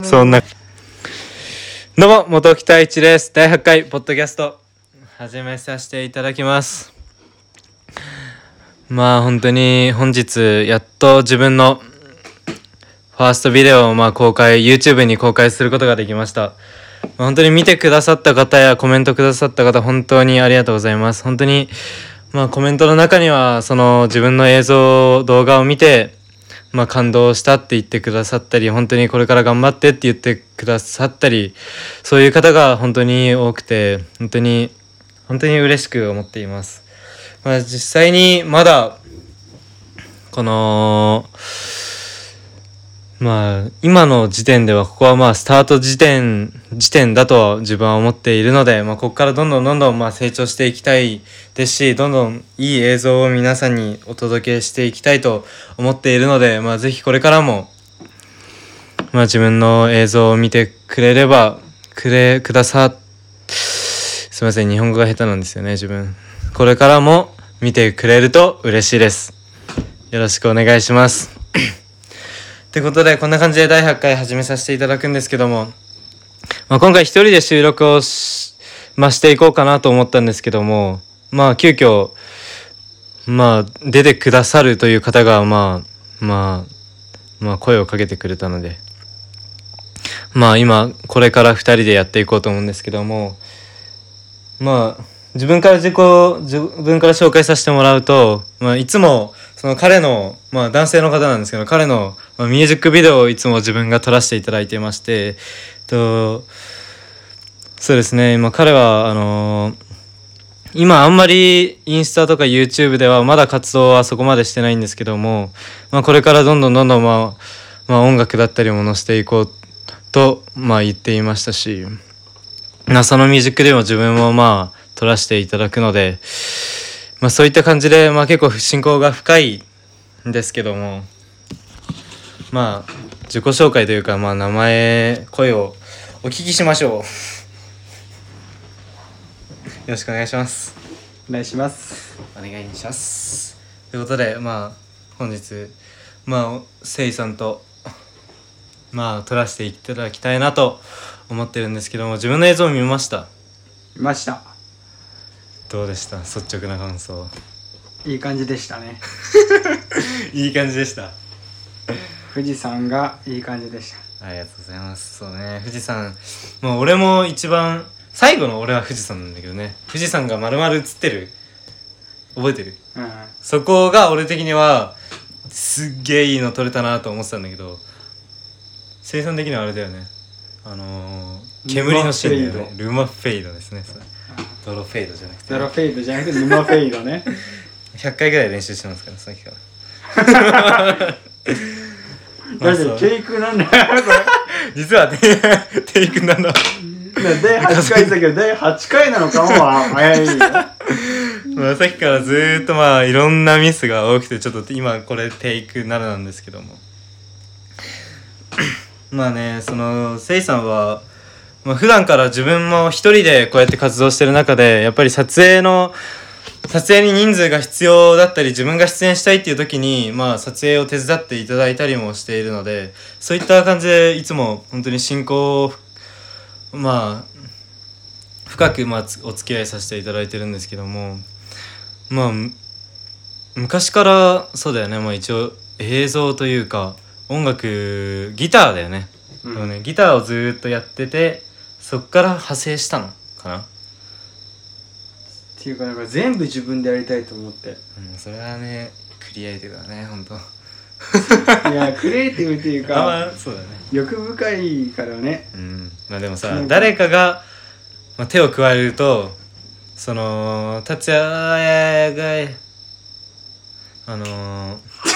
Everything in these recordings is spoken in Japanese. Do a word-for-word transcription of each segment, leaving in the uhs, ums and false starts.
そんなどうも元木太一です。だいはちかいポッドキャスト始めさせていただきます。まあ本当に本日やっと自分のファーストビデオをまあ公開 YouTube に公開することができました。本当に見てくださった方やコメントくださった方本当にありがとうございます。本当にまあコメントの中にはその自分の映像動画を見てまあ感動したって言ってくださったり、本当にこれから頑張ってって言ってくださったり、そういう方が本当に多くて、本当に本当に嬉しく思っています。まあ実際にまだこのまあ今の時点ではここはまあスタート時点時点だと自分は思っているので、まあここからどんどんどんどんまあ成長していきたいですし、どんどんいい映像を皆さんにお届けしていきたいと思っているので、まあぜひこれからもまあ自分の映像を見てくれればくれくださすいません日本語が下手なんですよね自分。これからも見てくれると嬉しいです。よろしくお願いします。ということでこんな感じでだいはちかい始めさせていただくんですけども、まあ、今回一人で収録をし,、まあ、していこうかなと思ったんですけども、まあ急遽まあ出てくださるという方がまあまあまあ声をかけてくれたので、まあ今これからふたりでやっていこうと思うんですけども、まあ自分から自己自分から紹介させてもらうと、まあ、いつもその彼の、まあ、男性の方なんですけど、彼の、まあ、ミュージックビデオをいつも自分が撮らせていただいていまして、とそうですね、今彼はあのー、今あんまりインスタとか YouTube ではまだ活動はそこまでしてないんですけども、まあ、これからどんどんどんどん、まあまあ、音楽だったりも載せていこうと、まあ、言っていましたし、まあ、そのミュージックでも自分もまあ撮らせていただくので、まあ、そういった感じで、まあ、結構親交が深いんですけども、まあ自己紹介というか、まあ、名前声をお聞きしましょう。よろしくお願いします。 お願いしますお願いします。ということでまあ本日まあせいさんとまあ撮らせていただきたいなと思ってるんですけども、自分の映像を見ました。 見ました。 どうでした？率直な感想。 いい感じでしたね。 いい感じでした。 富士山がいい感じでした。 ありがとうございます。そうね、富士山もう俺も一番最後の俺は富士山なんだけどね、富士山が丸々映ってる覚えてる？ うん、 そこが俺的にはすっげえいいの撮れたなと思ってたんだけど、生産的にはあれだよね、あのー、煙のシーンだよね。ルマフェイドですね。それドロフェイドじゃなくて、 ドロフェイドじゃなくてルマフェイドね。 ひゃっかいぐらい練習してますからさっきから。 だってテイクなんだよこれ。 実はテイクなんだ。 だいはちかいだけどだいはちかいなのかもは早いよ。 まあさっきからずーっとまあいろんなミスが多くて、ちょっと今これテイクなななんですけどもまあね、そのせいさんは、まあ、普段から自分も一人でこうやって活動してる中で、やっぱり撮影の撮影に人数が必要だったり、自分が出演したいっていう時にまあ撮影を手伝っていただいたりもしているので、そういった感じでいつも本当に進行をまあ深くまあお付き合いさせていただいてるんですけども、まあ昔からそうだよね、まあ一応映像というか音楽ギターだよね、うん、でもねギターをずっとやってて、そっから派生したのかなっていうか、なんか全部自分でやりたいと思って、 うん、それはねクリエイティブだね本当。 いやクリエイティブっていうか、 まあそうだね、 欲深いからね。 うん、まあでもさ、誰かが、まあ、手を加えると、その達也があの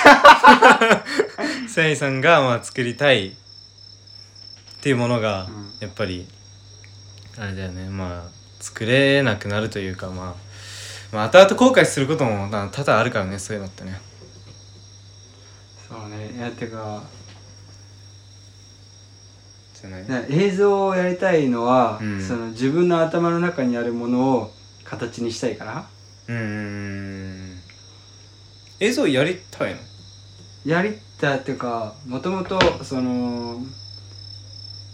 ー、せいさんがまあ作りたいっていうものがやっぱりあれだよね、まあ作れなくなるというか、まあ、まあ後々後悔することも多々あるからね、そういうのってね。 そうね、いやてかじゃない、 映像をやりたいのは、 うん、 その自分の頭の中にあるものを形にしたいから。 うーん、映像やりたいの？ やりたいっていうか、もともとその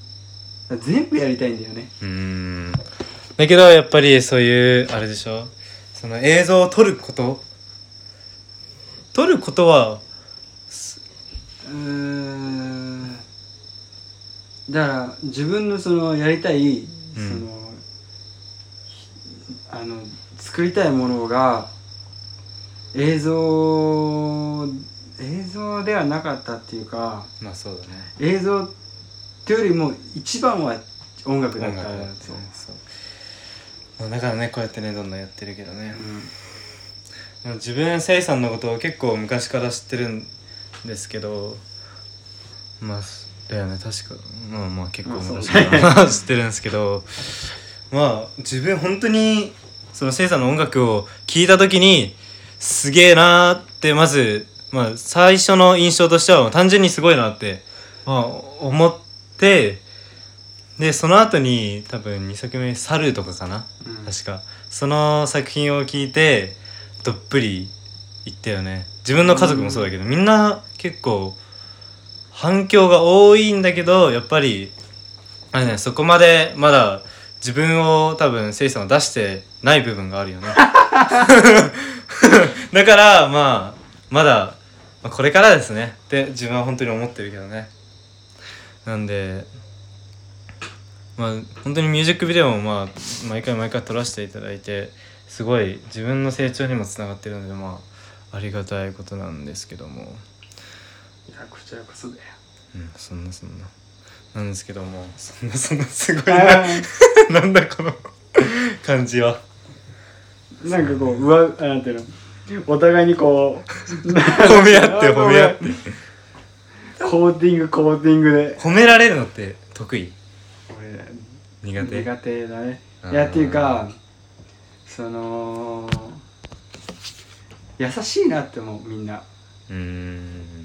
全部やりたいんだよね。 うーんだけどやっぱりそういうあれでしょ、その映像を撮ること撮ることはうーんだから自分のそのやりたい、 うん、 そのあの作りたいものが映像映像ではなかったっていうか、 まあそうだね、 映像っていうよりも一番は音楽だった。 音楽だったね。そうそうだからねこうやってねどんどんやってるけどね、うん、自分せいさんのことを結構昔から知ってるんですけど、まあだよね確かまあまあ結構昔から知ってるんですけどまあ自分本当にそのせいさんの音楽を聴いた時にすげえなーってまず、まあ、最初の印象としては単純にすごいなって、まあ、思って、でその後に多分にさくめ「猿」とかかな、うん、確かその作品を聴いてどっぷりいったよね。自分の家族もそうだけど、うん、みんな結構反響が多いんだけどやっぱりあれねそこまでまだ自分を多分せいさんは出してない部分があるよねだからまあまだ、まあ、これからですねって自分は本当に思ってるけどね。なんでまあ本当にミュージックビデオもまあ毎回毎回撮らせていただいてすごい自分の成長にもつながってるのでまあありがたいことなんですけども、 いやこちらこそだよ。 うんそんなそんななんですけどもそんなそんなすごいななんだこの感じはなんかこう上なんていうのお互いにこう褒め合って褒め合ってコーティングコーティングで褒められるのって得意？ 俺苦手？ 苦手だね。いやっていうかその優しいなって思うみんな。 うーん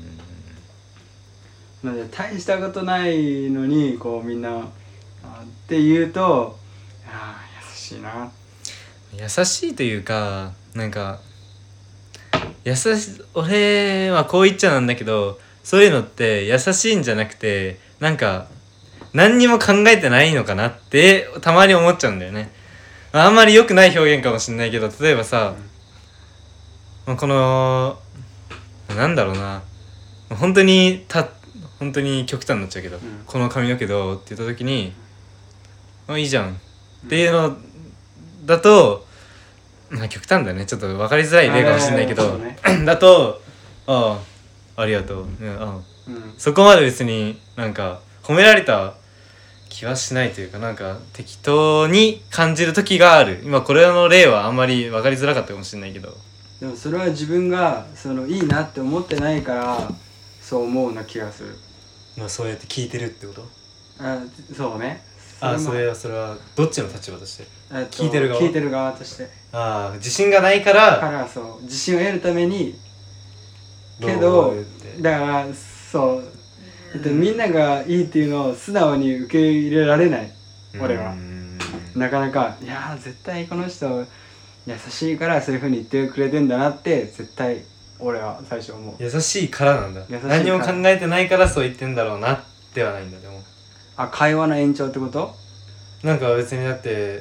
なので大したことないのにこうみんなって言うとああ優しいな。 優しいというかなんか優し俺はこう言っちゃなんだけどそういうのって優しいんじゃなくてなんか何にも考えてないのかなってたまに思っちゃうんだよね。あんまり良くない表現かもしれないけど例えばさ、うん、このなんだろうな本当にた本当に極端になっちゃうけど、うん、この髪の毛どうって言った時にあいいじゃんっていうのだと、まあ極端だねちょっと分かりづらい例かもしれないけど、ね、だとああありがとう、うんあうん、そこまで別になんか褒められた気はしないというかなんか適当に感じる時がある。今これの例はあんまり分かりづらかったかもしれないけどでもそれは自分がそのいいなって思ってないからそう思うな気がする。 まあそうやって聞いてるってこと？ あそうね。 そあそれはそれはどっちの立場として聞いてる側？ 聞いてる側としてああ自信がないからからそう自信を得るためにけどだからそう、えっと、みんながいいっていうのを素直に受け入れられない俺はなかなかいや絶対この人優しいからそういう風に言ってくれてんだなって絶対俺は最初思う。 優しいからなんだ。何も考えてないからそう言ってんだろうなってはないんだ。でもあ会話の延長ってこと？ なんか別にだって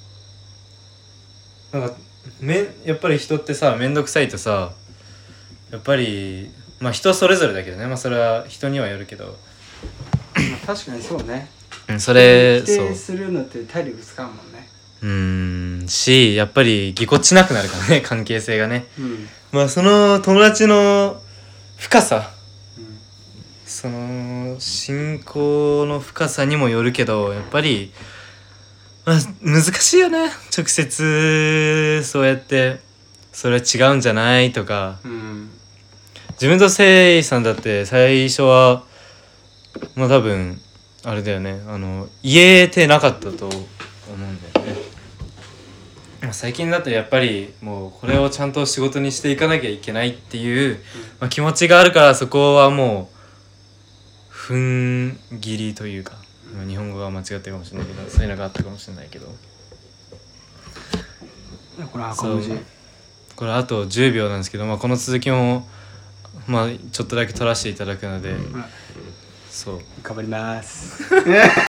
なんかめやっぱり人ってさめんどくさいとさやっぱりまあ人それぞれだけどねまあそれは人にはよるけど確かにそうね。 それ否定するのって体力使うもんね。 うーんしやっぱりぎこちなくなるからね関係性がね、うん、まあその友達の深さ、うん、その信仰の深さにもよるけどやっぱり、まあ、難しいよね直接そうやってそれは違うんじゃないとか、うん、自分とせいさんだって最初はまあ多分あれだよねあの言えてなかったと思うんだよね。最近だとやっぱりもうこれをちゃんと仕事にしていかなきゃいけないっていう、まあ、気持ちがあるからそこはもう踏ん切りというか、まあ、日本語が間違ってるかもしれないけどそういうのがあったかもしれないけどこれ赤文字これあとじゅうびょうなんですけど、まあ、この続きも、まあ、ちょっとだけ取らせていただくので、うん、そう頑張ります